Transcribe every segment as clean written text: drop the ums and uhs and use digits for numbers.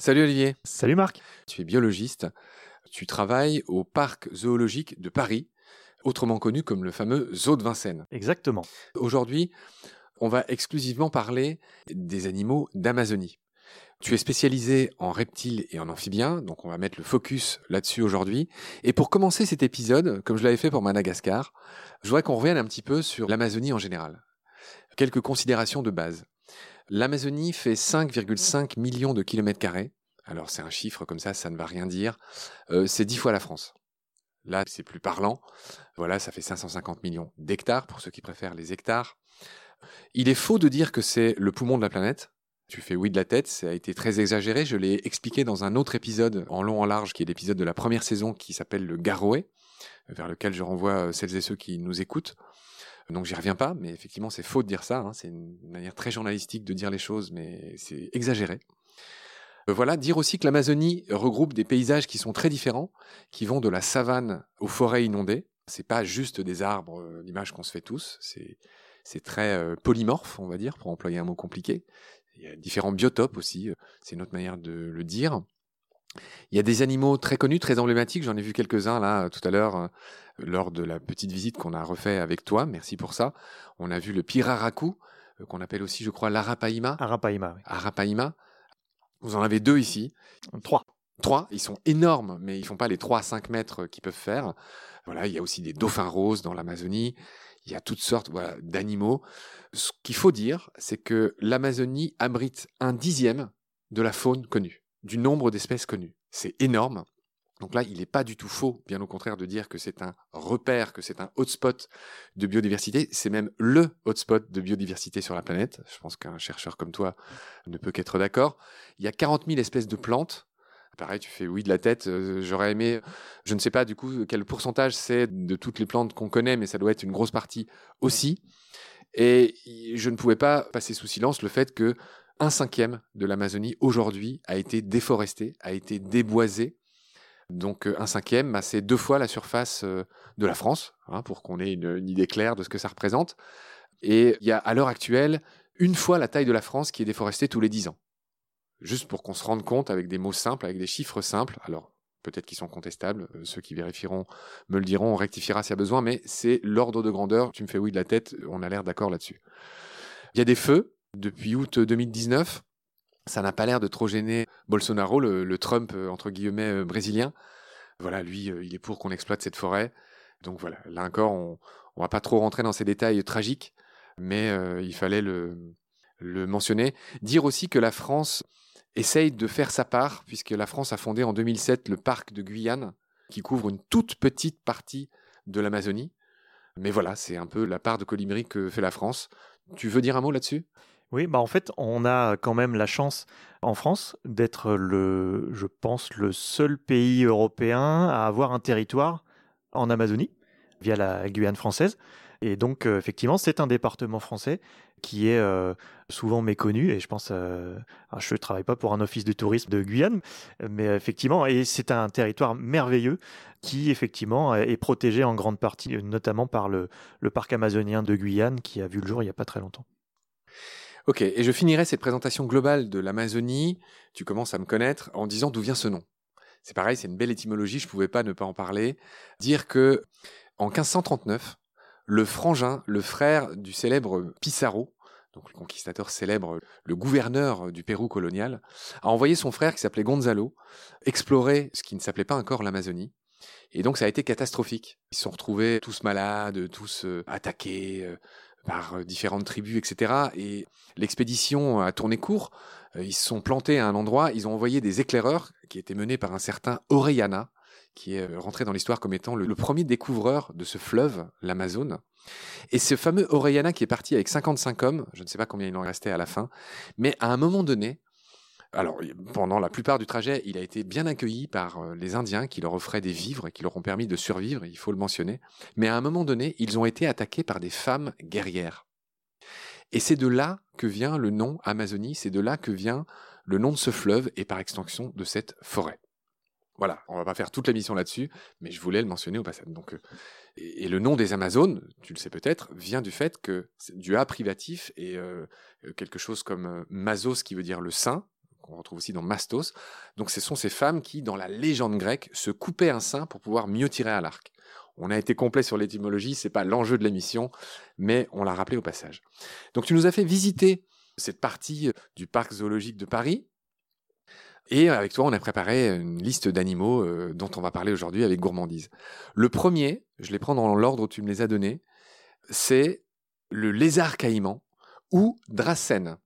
Salut Olivier, Salut Marc. tu es biologiste, tu travailles au parc zoologique de Paris, autrement connu comme le fameux Zoo de Vincennes. Exactement. Aujourd'hui, on va exclusivement parler des animaux d'Amazonie. Tu es spécialisé en reptiles et en amphibiens, donc on va mettre le focus là-dessus aujourd'hui. Et pour commencer cet épisode, comme je l'avais fait pour Madagascar, je voudrais qu'on revienne un petit peu sur l'Amazonie en général. Quelques considérations de base. L'Amazonie fait 5,5 millions de kilomètres carrés. Alors c'est un chiffre comme ça ne va rien dire. C'est 10 fois la France. Là, c'est plus parlant. Voilà, ça fait 550 millions d'hectares, pour ceux qui préfèrent les hectares. Il est faux de dire que c'est le poumon de la planète. Tu fais oui de la tête, ça a été très exagéré. Je l'ai expliqué dans un autre épisode en long en large, qui est l'épisode de la première saison, qui s'appelle le Garoé, vers lequel je renvoie celles et ceux qui nous écoutent. Donc j'y reviens pas, mais effectivement c'est faux de dire ça, hein. C'est une manière très journalistique de dire les choses, mais c'est exagéré. Voilà, dire aussi que l'Amazonie regroupe des paysages qui sont très différents, qui vont de la savane aux forêts inondées. C'est pas juste des arbres, l'image qu'on se fait tous, c'est très polymorphe, on va dire, pour employer un mot compliqué. Il y a différents biotopes aussi, c'est une autre manière de le dire. Il y a des animaux très connus, très emblématiques. J'en ai vu quelques-uns là tout à l'heure lors de la petite visite qu'on a refait avec toi. Merci pour ça. On a vu le piraracu, qu'on appelle aussi, je crois, l'arapaima. Arapaima, oui. Arapaima. Vous en avez 2 ici. 3. 3. Ils sont énormes, mais ils font pas les 3 à 5 mètres qu'ils peuvent faire. Voilà, il y a aussi des dauphins roses dans l'Amazonie. Il y a toutes sortes d'animaux. Ce qu'il faut dire, c'est que l'Amazonie abrite 1/10 de la faune connue, du nombre d'espèces connues. C'est énorme. Donc là, il n'est pas du tout faux, bien au contraire, de dire que c'est un repère, que c'est un hotspot de biodiversité. C'est même le hotspot de biodiversité sur la planète. Je pense qu'un chercheur comme toi ne peut qu'être d'accord. Il y a 40 000 espèces de plantes. Pareil, tu fais oui de la tête. J'aurais aimé, je ne sais pas du coup quel pourcentage c'est de toutes les plantes qu'on connaît, mais ça doit être une grosse partie aussi. Et je ne pouvais pas passer sous silence le fait que 1/5 de l'Amazonie aujourd'hui a été déforestée, a été déboisée. Donc 1/5, c'est 2 fois la surface de la France, hein, pour qu'on ait une idée claire de ce que ça représente. Et il y a à l'heure actuelle 1 fois la taille de la France qui est déforestée tous les 10 ans. Juste pour qu'on se rende compte avec des mots simples, avec des chiffres simples. Alors peut-être qu'ils sont contestables, ceux qui vérifieront me le diront, on rectifiera s'il y a besoin, mais c'est l'ordre de grandeur. Tu me fais oui de la tête, on a l'air d'accord là-dessus. Il y a des feux depuis août 2019. Ça n'a pas l'air de trop gêner Bolsonaro, le Trump, entre guillemets, brésilien. Voilà, lui, il est pour qu'on exploite cette forêt. Donc voilà, là encore, on va pas trop rentrer dans ces détails tragiques, mais il fallait le mentionner. Dire aussi que la France essaye de faire sa part, puisque la France a fondé en 2007 le parc de Guyane, qui couvre une toute petite partie de l'Amazonie. Mais voilà, c'est un peu la part de colibri que fait la France. Tu veux dire un mot là-dessus ? Oui, en fait, on a quand même la chance en France d'être je pense, le seul pays européen à avoir un territoire en Amazonie via la Guyane française. Et donc, effectivement, c'est un département français qui est souvent méconnu. Et je pense, je ne travaille pas pour un office de tourisme de Guyane, mais effectivement, et c'est un territoire merveilleux qui, effectivement, est protégé en grande partie, notamment par le parc amazonien de Guyane qui a vu le jour il n'y a pas très longtemps. Ok, et je finirai cette présentation globale de l'Amazonie, tu commences à me connaître, en disant d'où vient ce nom. C'est pareil, c'est une belle étymologie, je ne pouvais pas ne pas en parler. Dire que en 1539, le frangin, le frère du célèbre Pizarro, donc le conquistador célèbre, le gouverneur du Pérou colonial, a envoyé son frère qui s'appelait Gonzalo explorer ce qui ne s'appelait pas encore l'Amazonie. Et donc ça a été catastrophique. Ils se sont retrouvés tous malades, tous attaqués par différentes tribus, etc. Et l'expédition a tourné court. Ils se sont plantés à un endroit. Ils ont envoyé des éclaireurs qui étaient menés par un certain Orellana, qui est rentré dans l'histoire comme étant le premier découvreur de ce fleuve, l'Amazone. Et ce fameux Orellana qui est parti avec 55 hommes, je ne sais pas combien il en restait à la fin, mais à un moment donné, alors, pendant la plupart du trajet, il a été bien accueilli par les Indiens qui leur offraient des vivres et qui leur ont permis de survivre, il faut le mentionner. Mais à un moment donné, ils ont été attaqués par des femmes guerrières. Et c'est de là que vient le nom Amazonie, c'est de là que vient le nom de ce fleuve et par extension de cette forêt. Voilà, on va pas faire toute l'émission là-dessus, mais je voulais le mentionner au passage. Donc, et le nom des Amazones, tu le sais peut-être, vient du fait que du A privatif et quelque chose comme Mazos qui veut dire le saint, qu'on retrouve aussi dans Mastos. Donc ce sont ces femmes qui, dans la légende grecque, se coupaient un sein pour pouvoir mieux tirer à l'arc. On a été complet sur l'étymologie, c'est pas l'enjeu de l'émission, mais on l'a rappelé au passage. Donc tu nous as fait visiter cette partie du parc zoologique de Paris. Et avec toi, on a préparé une liste d'animaux dont on va parler aujourd'hui avec gourmandise. Le premier, je les prends dans l'ordre où tu me les as donnés, c'est le lézard caïman ou Dracène.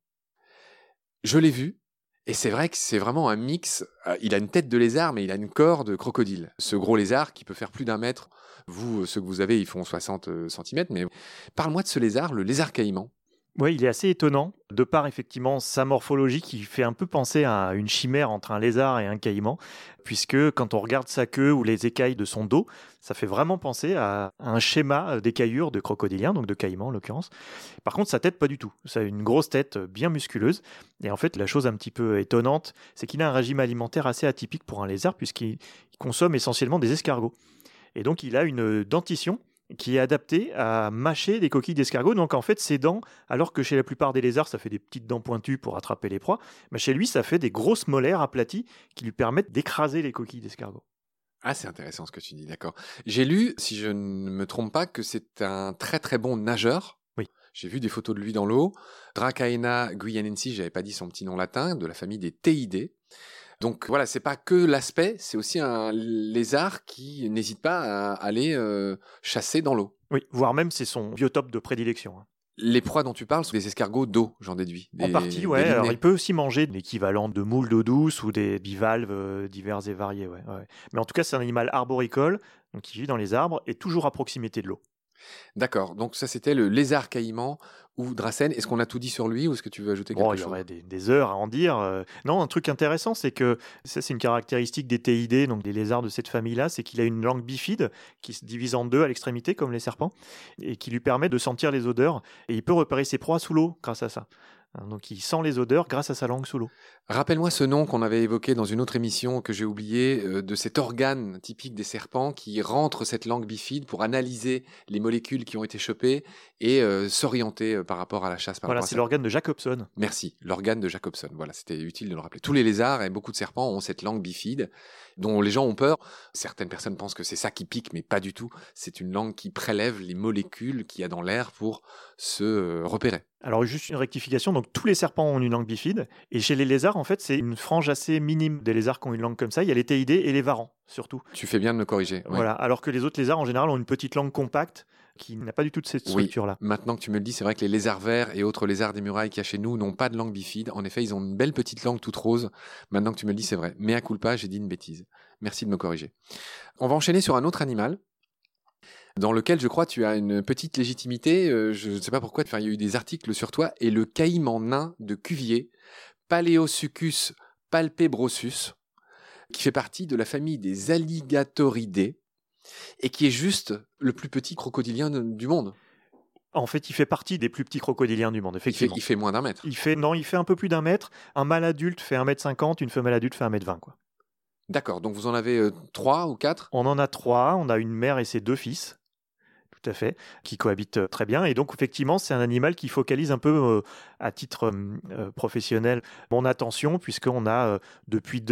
Je l'ai vu, et c'est vrai que c'est vraiment un mix. Il a une tête de lézard, mais il a une corps de crocodile. Ce gros lézard qui peut faire plus d'1 mètre. Vous, ceux que vous avez, ils font 60 cm. Mais parle-moi de ce lézard, le lézard caïman. Oui, il est assez étonnant, de par effectivement sa morphologie qui fait un peu penser à une chimère entre un lézard et un caïman, puisque quand on regarde sa queue ou les écailles de son dos, ça fait vraiment penser à un schéma d'écaillure de crocodilien, donc de caïman en l'occurrence. Par contre, sa tête, pas du tout. Ça a une grosse tête bien musculeuse. Et en fait, la chose un petit peu étonnante, c'est qu'il a un régime alimentaire assez atypique pour un lézard, puisqu'il consomme essentiellement des escargots. Et donc, il a une dentition qui est adapté à mâcher des coquilles d'escargot. Donc en fait, ses dents, alors que chez la plupart des lézards, ça fait des petites dents pointues pour attraper les proies, mais chez lui, ça fait des grosses molaires aplaties qui lui permettent d'écraser les coquilles d'escargot. Ah, c'est intéressant ce que tu dis, d'accord. J'ai lu, si je ne me trompe pas, que c'est un très très bon nageur. Oui. J'ai vu des photos de lui dans l'eau. Dracaena guyanensis, j'avais pas dit son petit nom latin, de la famille des Théidés. Donc voilà, c'est pas que l'aspect, c'est aussi un lézard qui n'hésite pas à aller chasser dans l'eau. Oui, voire même c'est son biotope de prédilection. Les proies dont tu parles sont des escargots d'eau, j'en déduis. En partie, ouais. Alors il peut aussi manger l'équivalent de moules d'eau douce ou des bivalves divers et variés. Ouais. Mais en tout cas, c'est un animal arboricole, donc qui vit dans les arbres et toujours à proximité de l'eau. D'accord, donc ça c'était le lézard caïman ou Dracène. Est-ce qu'on a tout dit sur lui ou est-ce que tu veux ajouter quelque chose ? Il y aurait des heures à en dire. Non, un truc intéressant, c'est que ça c'est une caractéristique des Théidés, donc des lézards de cette famille-là, c'est qu'il a une langue bifide qui se divise en deux à l'extrémité comme les serpents et qui lui permet de sentir les odeurs et il peut repérer ses proies sous l'eau grâce à ça. Donc il sent les odeurs grâce à sa langue sous l'eau. Rappelle-moi ce nom qu'on avait évoqué dans une autre émission que j'ai oublié, de cet organe typique des serpents qui rentre cette langue bifide pour analyser les molécules qui ont été chopées et s'orienter par rapport à la chasse. Voilà, c'est l'organe de Jacobson. Merci, l'organe de Jacobson. Voilà, c'était utile de le rappeler. Tous les lézards et beaucoup de serpents ont cette langue bifide dont les gens ont peur. Certaines personnes pensent que c'est ça qui pique, mais pas du tout. C'est une langue qui prélève les molécules qu'il y a dans l'air pour se repérer. Alors juste une rectification, donc tous les serpents ont une langue bifide, et chez les lézards, en fait, c'est une frange assez minime des lézards qui ont une langue comme ça. Il y a les Théidés et les varans, surtout. Tu fais bien de me corriger. Voilà, alors que les autres lézards, en général, ont une petite langue compacte qui n'a pas du tout de cette structure-là. Oui, maintenant que tu me le dis, c'est vrai que les lézards verts et autres lézards des murailles qu'il y a chez nous n'ont pas de langue bifide. En effet, ils ont une belle petite langue toute rose. Maintenant que tu me le dis, c'est vrai. Mea culpa, j'ai dit une bêtise. Merci de me corriger. On va enchaîner sur un autre animal dans lequel je crois tu as une petite légitimité. Je ne sais pas pourquoi, il y a eu des articles sur toi. Et le caïman nain de Cuvier, Paleosuchus palpebrossus, qui fait partie de la famille des alligatoridés et qui est juste le plus petit crocodilien du monde. En fait, il fait partie des plus petits crocodiliens du monde, effectivement. Il fait moins d'1 mètre. Il fait un peu plus d'1 mètre. Un mâle adulte fait 1,50 m, une femelle adulte fait 1,20 m, quoi. D'accord, donc vous en avez 3 ou 4 ? On en a 3, on a une mère et ses 2 fils. Tout à fait, qui cohabitent très bien. Et donc, effectivement, c'est un animal qui focalise un peu, à titre professionnel, mon attention, puisqu'on a, depuis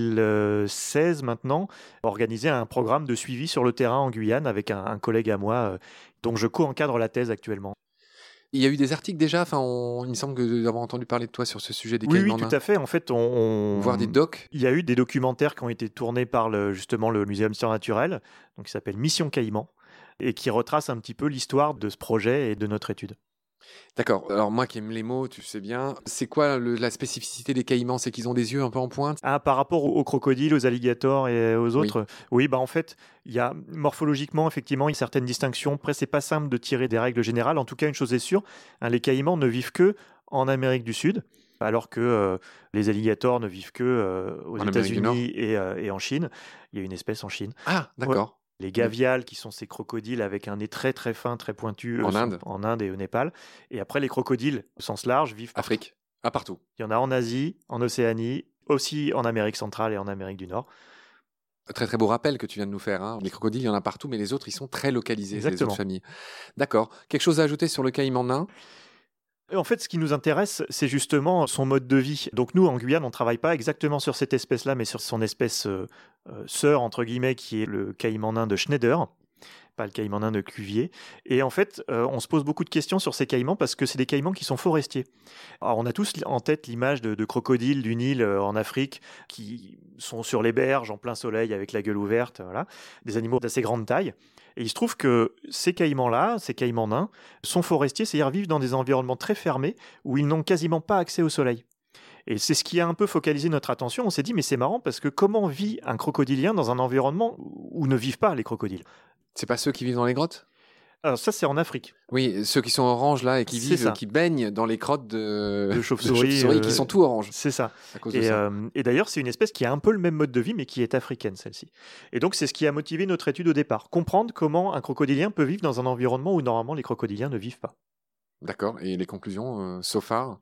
2016 maintenant, organisé un programme de suivi sur le terrain en Guyane avec un collègue à moi, dont je co-encadre la thèse actuellement. Il y a eu des articles déjà, il me semble d'avoir entendu parler de toi sur ce sujet des caïmans nains. Oui, tout à fait. En fait, voir des docs. Il y a eu des documentaires qui ont été tournés par justement le Muséum d'histoire naturelle, donc qui s'appelle Mission Caïman, et qui retrace un petit peu l'histoire de ce projet et de notre étude. D'accord. Alors moi qui aime les mots, tu sais bien, c'est quoi la spécificité des caïmans ? C'est qu'ils ont des yeux un peu en pointe ? Ah, par rapport aux crocodiles, aux alligators et aux autres ? Oui, en fait, il y a morphologiquement, effectivement, une certaine distinction. Après, c'est pas simple de tirer des règles générales. En tout cas, une chose est sûre, les caïmans ne vivent que en Amérique du Sud, alors que les alligators ne vivent que aux États-Unis et en Chine. Il y a une espèce en Chine. Ah, d'accord. Ouais. Les gavials, qui sont ces crocodiles avec un nez très très fin, très pointu, en Inde et au Népal. Et après, les crocodiles, au sens large, vivent partout. Afrique, partout. Il y en a en Asie, en Océanie, aussi en Amérique centrale et en Amérique du Nord. Très très beau rappel que tu viens de nous faire. Hein. Les crocodiles, il y en a partout, mais les autres, ils sont très localisés, les autres familles. D'accord. Quelque chose à ajouter sur le caïman nain ? Et en fait, ce qui nous intéresse, c'est justement son mode de vie. Donc nous, en Guyane, on ne travaille pas exactement sur cette espèce-là, mais sur son espèce sœur, entre guillemets, qui est le caïman nain de Schneider, pas le caïman nain de Cuvier. Et en fait, on se pose beaucoup de questions sur ces caïmans parce que c'est des caïmans qui sont forestiers. Alors, on a tous en tête l'image de crocodiles du Nil en Afrique qui sont sur les berges en plein soleil avec la gueule ouverte, voilà, des animaux d'assez grande taille. Et il se trouve que ces caïmans-là, ces caïmans nains, sont forestiers, c'est-à-dire vivent dans des environnements très fermés où ils n'ont quasiment pas accès au soleil. Et c'est ce qui a un peu focalisé notre attention. On s'est dit, mais c'est marrant parce que comment vit un crocodilien dans un environnement où ne vivent pas les crocodiles? C'est pas ceux qui vivent dans les grottes? Alors ça, c'est en Afrique. Oui, ceux qui sont orange là et qui C'est vivent, ça. qui baignent dans les crottes de chauves-souris, qui sont tout orange C'est ça. à cause de ça. Et d'ailleurs, c'est une espèce qui a un peu le même mode de vie, mais qui est africaine, celle-ci. Et donc, c'est ce qui a motivé notre étude au départ. Comprendre comment un crocodilien peut vivre dans un environnement où normalement les crocodiliens ne vivent pas. D'accord. Et les conclusions, so far?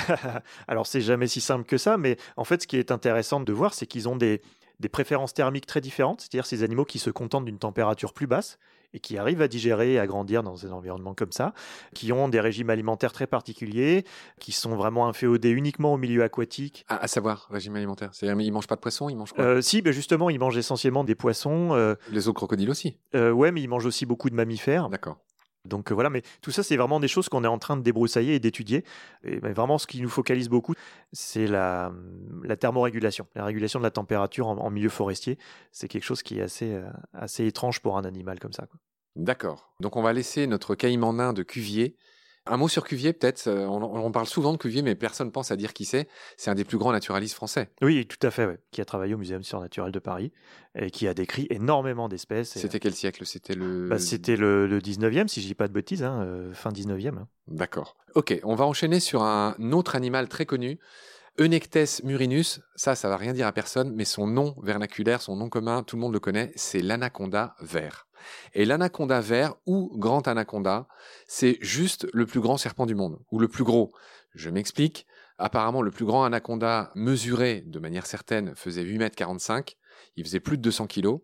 Alors, c'est jamais si simple que ça, mais en fait, ce qui est intéressant de voir, c'est qu'ils ont des préférences thermiques très différentes, c'est-à-dire ces animaux qui se contentent d'une température plus basse et qui arrivent à digérer et à grandir dans des environnements comme ça, qui ont des régimes alimentaires très particuliers, qui sont vraiment inféodés uniquement au milieu aquatique. À savoir, régime alimentaire. C'est-à-dire, mais ils mangent pas de poisson, ils mangent quoi? Si, ben justement, ils mangent essentiellement des poissons. Les autres crocodiles aussi. Ouais, mais ils mangent aussi beaucoup de mammifères. D'accord. Donc voilà, mais tout ça, c'est vraiment des choses qu'on est en train de débroussailler et d'étudier. Et ben, vraiment, ce qui nous focalise beaucoup, c'est la thermorégulation, la régulation de la température en milieu forestier. C'est quelque chose qui est assez étrange pour un animal comme ça, quoi. D'accord. Donc on va laisser notre caïman nain de Cuvier. Un mot sur Cuvier, peut-être. On parle souvent de Cuvier, mais personne pense à dire qui c'est. C'est un des plus grands naturalistes français. Oui, tout à fait, ouais. Qui a travaillé au Muséum surnaturel de Paris et qui a décrit énormément d'espèces. C'était quel siècle? C'était C'était le 19e, si je dis pas de bêtises, hein, fin 19e. Hein. D'accord. Ok, on va enchaîner sur un autre animal très connu, Eunectes murinus. Ça va rien dire à personne, mais son nom vernaculaire, son nom commun, tout le monde le connaît, c'est l'anaconda vert. Et l'anaconda vert, ou grand anaconda, c'est juste le plus grand serpent du monde, ou le plus gros. Je m'explique. Apparemment, le plus grand anaconda mesuré de manière certaine faisait 8,45 m. Il faisait plus de 200 kg.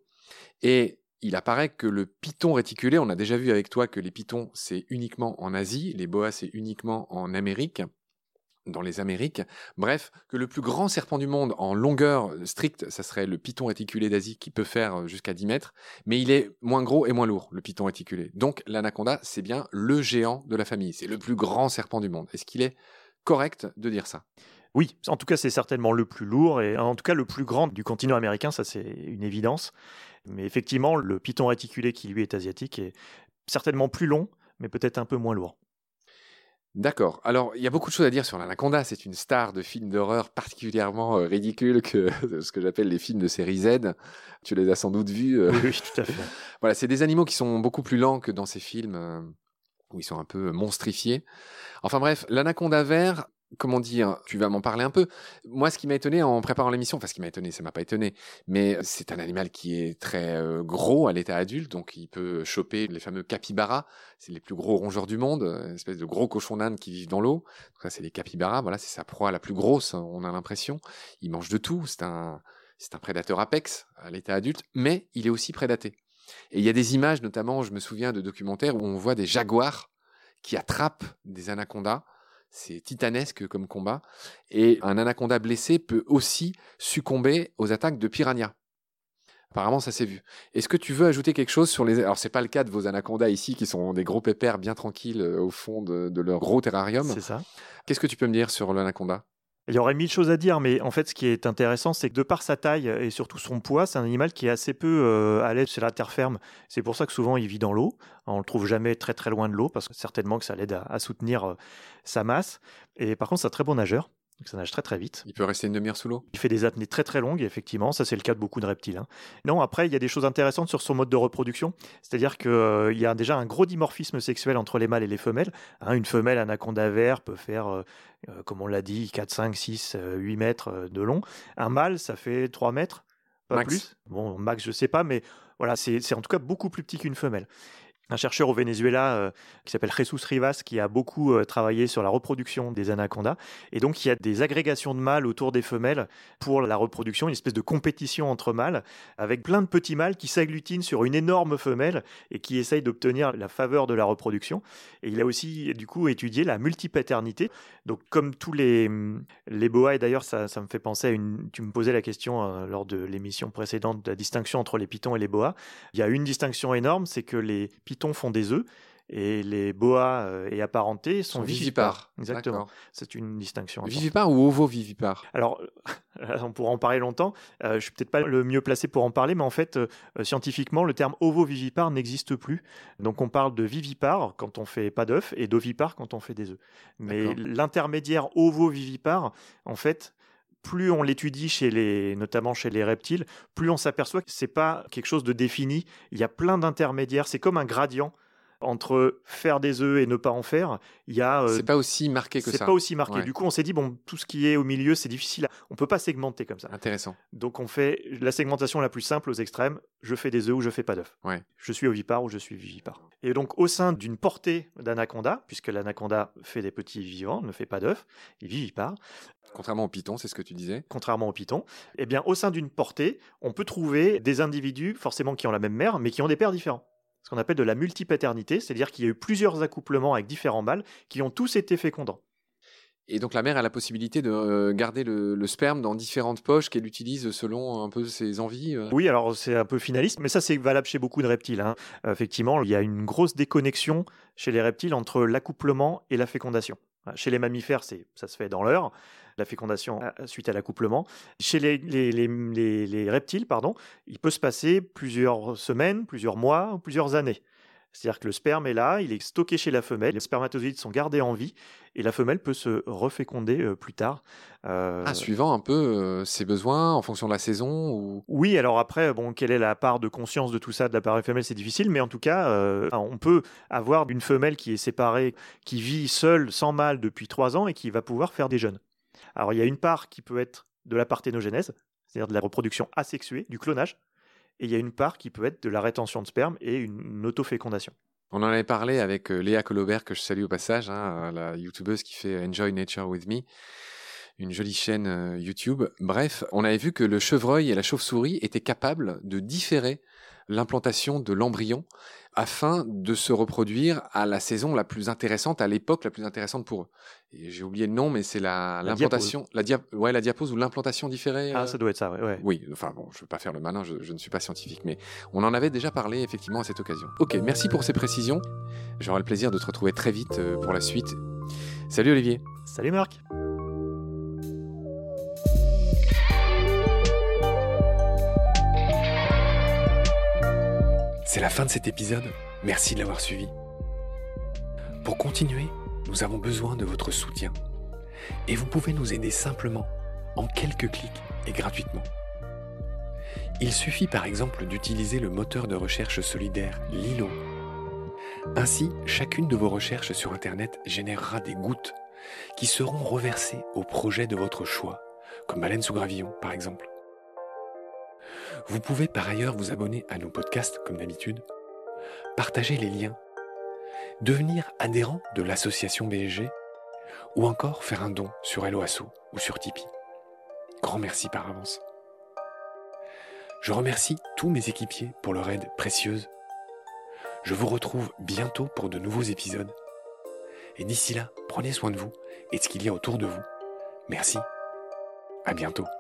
Et il apparaît que le python réticulé, on a déjà vu avec toi que les pythons, c'est uniquement en Asie, les boas, c'est uniquement en Amérique, dans les Amériques. Bref, que le plus grand serpent du monde en longueur stricte, ça serait le python réticulé d'Asie qui peut faire jusqu'à 10 mètres, mais il est moins gros et moins lourd, le python réticulé. Donc l'anaconda, c'est bien le géant de la famille, c'est le plus grand serpent du monde. Est-ce qu'il est correct de dire ça? Oui, en tout cas, c'est certainement le plus lourd et en tout cas le plus grand du continent américain, ça c'est une évidence. Mais effectivement, le python réticulé qui lui est asiatique est certainement plus long, mais peut-être un peu moins lourd. D'accord. Alors, il y a beaucoup de choses à dire sur l'anaconda. C'est une star de films d'horreur particulièrement ridicule que ce que j'appelle les films de série Z. Tu les as sans doute vus. Oui, tout à fait. Voilà, c'est des animaux qui sont beaucoup plus lents que dans ces films où ils sont un peu monstrifiés. Enfin bref, l'anaconda vert, comment dire, tu vas m'en parler un peu. Moi, ce qui m'a étonné en préparant l'émission, enfin ce qui m'a étonné, ça m'a pas étonné, mais c'est un animal qui est très gros à l'état adulte, donc il peut choper les fameux capybaras, c'est les plus gros rongeurs du monde, une espèce de gros cochons d'Inde qui vivent dans l'eau. Donc ça, c'est les capybaras, voilà, c'est sa proie la plus grosse, on a l'impression. Il mange de tout, c'est un prédateur apex à l'état adulte, mais il est aussi prédaté. Et il y a des images, notamment, je me souviens de documentaires où on voit des jaguars qui attrapent des anacondas. C'est titanesque comme combat. Et un anaconda blessé peut aussi succomber aux attaques de piranhas. Apparemment, ça s'est vu. Est-ce que tu veux ajouter quelque chose sur les... Alors, c'est pas le cas de vos anacondas ici, qui sont des gros pépères bien tranquilles au fond de leur gros terrarium. C'est ça. Qu'est-ce que tu peux me dire sur l'anaconda? Il y aurait 1000 choses à dire, mais en fait, ce qui est intéressant, c'est que de par sa taille et surtout son poids, c'est un animal qui est assez peu à l'aise sur la terre ferme. C'est pour ça que souvent, il vit dans l'eau. On le trouve jamais très très loin de l'eau, parce que certainement que ça l'aide à soutenir sa masse. Et par contre, c'est un très bon nageur. Donc ça nage très très vite. Il peut rester une demi-heure sous l'eau? Il fait des apnées très très longues, effectivement. Ça, c'est le cas de beaucoup de reptiles. Hein. Non, après, il y a des choses intéressantes sur son mode de reproduction. C'est-à-dire qu'il y a déjà un gros dimorphisme sexuel entre les mâles et les femelles. Hein, une femelle anaconda vert peut faire, comme on l'a dit, 4, 5, 6, 8 mètres de long. Un mâle, ça fait 3 mètres, pas Max. plus. Bon, max, je sais pas, mais voilà, c'est en tout cas beaucoup plus petit qu'une femelle. un chercheur au Venezuela qui s'appelle Jesus Rivas, qui a beaucoup travaillé sur la reproduction des anacondas. Et donc, il y a des agrégations de mâles autour des femelles pour la reproduction, une espèce de compétition entre mâles, avec plein de petits mâles qui s'agglutinent sur une énorme femelle et qui essayent d'obtenir la faveur de la reproduction. Et il a aussi, du coup, étudié la multipaternité. Donc, comme tous les boas, et d'ailleurs, ça me fait penser à tu me posais la question lors de l'émission précédente de la distinction entre les pitons et les boas. Il y a une distinction énorme, c'est que les pitons font des œufs et les boas et apparentés sont vivipares. Exactement. D'accord. C'est une distinction. Vivipare ou ovovivipare? Alors, on pourra en parler longtemps. Je ne suis peut-être pas le mieux placé pour en parler, mais en fait, scientifiquement, le terme ovovivipare n'existe plus. Donc, on parle de vivipare quand on fait pas d'œufs et d'ovipare quand on fait des œufs. Mais l'intermédiaire ovovivipare, en fait, plus on l'étudie notamment chez les reptiles, plus on s'aperçoit que c'est pas quelque chose de défini. Il y a plein d'intermédiaires. C'est comme un gradient entre faire des œufs et ne pas en faire. C'est pas aussi marqué que ça. C'est pas aussi marqué. Ouais. Du coup, on s'est dit tout ce qui est au milieu, c'est difficile. On peut pas segmenter comme ça. Intéressant. Donc, on fait la segmentation la plus simple aux extrêmes. Je fais des œufs ou je fais pas d'œufs. Ouais. Je suis ovipare ou je suis vivipare. Et donc, au sein d'une portée d'anaconda, puisque l'anaconda fait des petits vivants, ne fait pas d'œufs, il est vivipare. Contrairement au python, c'est ce que tu disais. Contrairement au python. Eh bien, au sein d'une portée, on peut trouver des individus, forcément qui ont la même mère, mais qui ont des pères différents. Ce qu'on appelle de la multipaternité, c'est-à-dire qu'il y a eu plusieurs accouplements avec différents mâles qui ont tous été fécondants. Et donc la mère a la possibilité de garder le sperme dans différentes poches qu'elle utilise selon un peu ses envies. Oui, alors c'est un peu finaliste, mais ça c'est valable chez beaucoup de reptiles. Effectivement, il y a une grosse déconnexion chez les reptiles entre l'accouplement et la fécondation. Chez les mammifères, ça se fait dans l'heure, la fécondation suite à l'accouplement. Chez les reptiles, il peut se passer plusieurs semaines, plusieurs mois ou plusieurs années. C'est-à-dire que le sperme est là, il est stocké chez la femelle, les spermatozoïdes sont gardés en vie et la femelle peut se reféconder plus tard. Suivant un peu ses besoins en fonction de la saison ou... Oui, alors après, quelle est la part de conscience de tout ça de la part femelle, c'est difficile, mais en tout cas, on peut avoir une femelle qui est séparée, qui vit seule, sans mâle depuis 3 ans et qui va pouvoir faire des jeunes. Alors il y a une part qui peut être de la parthénogénèse, c'est-à-dire de la reproduction asexuée, du clonage, et il y a une part qui peut être de la rétention de sperme et une autofécondation. On en avait parlé avec Léa Colobert, que je salue au passage, la youtubeuse qui fait Enjoy Nature With Me, une jolie chaîne YouTube. Bref, on avait vu que le chevreuil et la chauve-souris étaient capables de différer l'implantation de l'embryon afin de se reproduire à la saison la plus intéressante, à l'époque la plus intéressante pour eux. Et j'ai oublié le nom, mais c'est l'implantation, la diapose ou l'implantation différée. Ah, ça doit être ça, ouais. Oui, enfin bon, je ne veux pas faire le malin, je ne suis pas scientifique, mais on en avait déjà parlé effectivement à cette occasion. Ok, merci pour ces précisions. J'aurai le plaisir de te retrouver très vite pour la suite. Salut Olivier. Salut Marc. C'est la fin de cet épisode, merci de l'avoir suivi. Pour continuer, nous avons besoin de votre soutien. Et vous pouvez nous aider simplement, en quelques clics et gratuitement. Il suffit par exemple d'utiliser le moteur de recherche solidaire Lilo. Ainsi, chacune de vos recherches sur Internet générera des gouttes qui seront reversées au projet de votre choix, comme Baleine sous gravillon par exemple. Vous pouvez par ailleurs vous abonner à nos podcasts comme d'habitude, partager les liens, devenir adhérent de l'association BSG ou encore faire un don sur Helloasso ou sur Tipeee. Grand merci par avance. Je remercie tous mes équipiers pour leur aide précieuse. Je vous retrouve bientôt pour de nouveaux épisodes. Et d'ici là, prenez soin de vous et de ce qu'il y a autour de vous. Merci. À bientôt.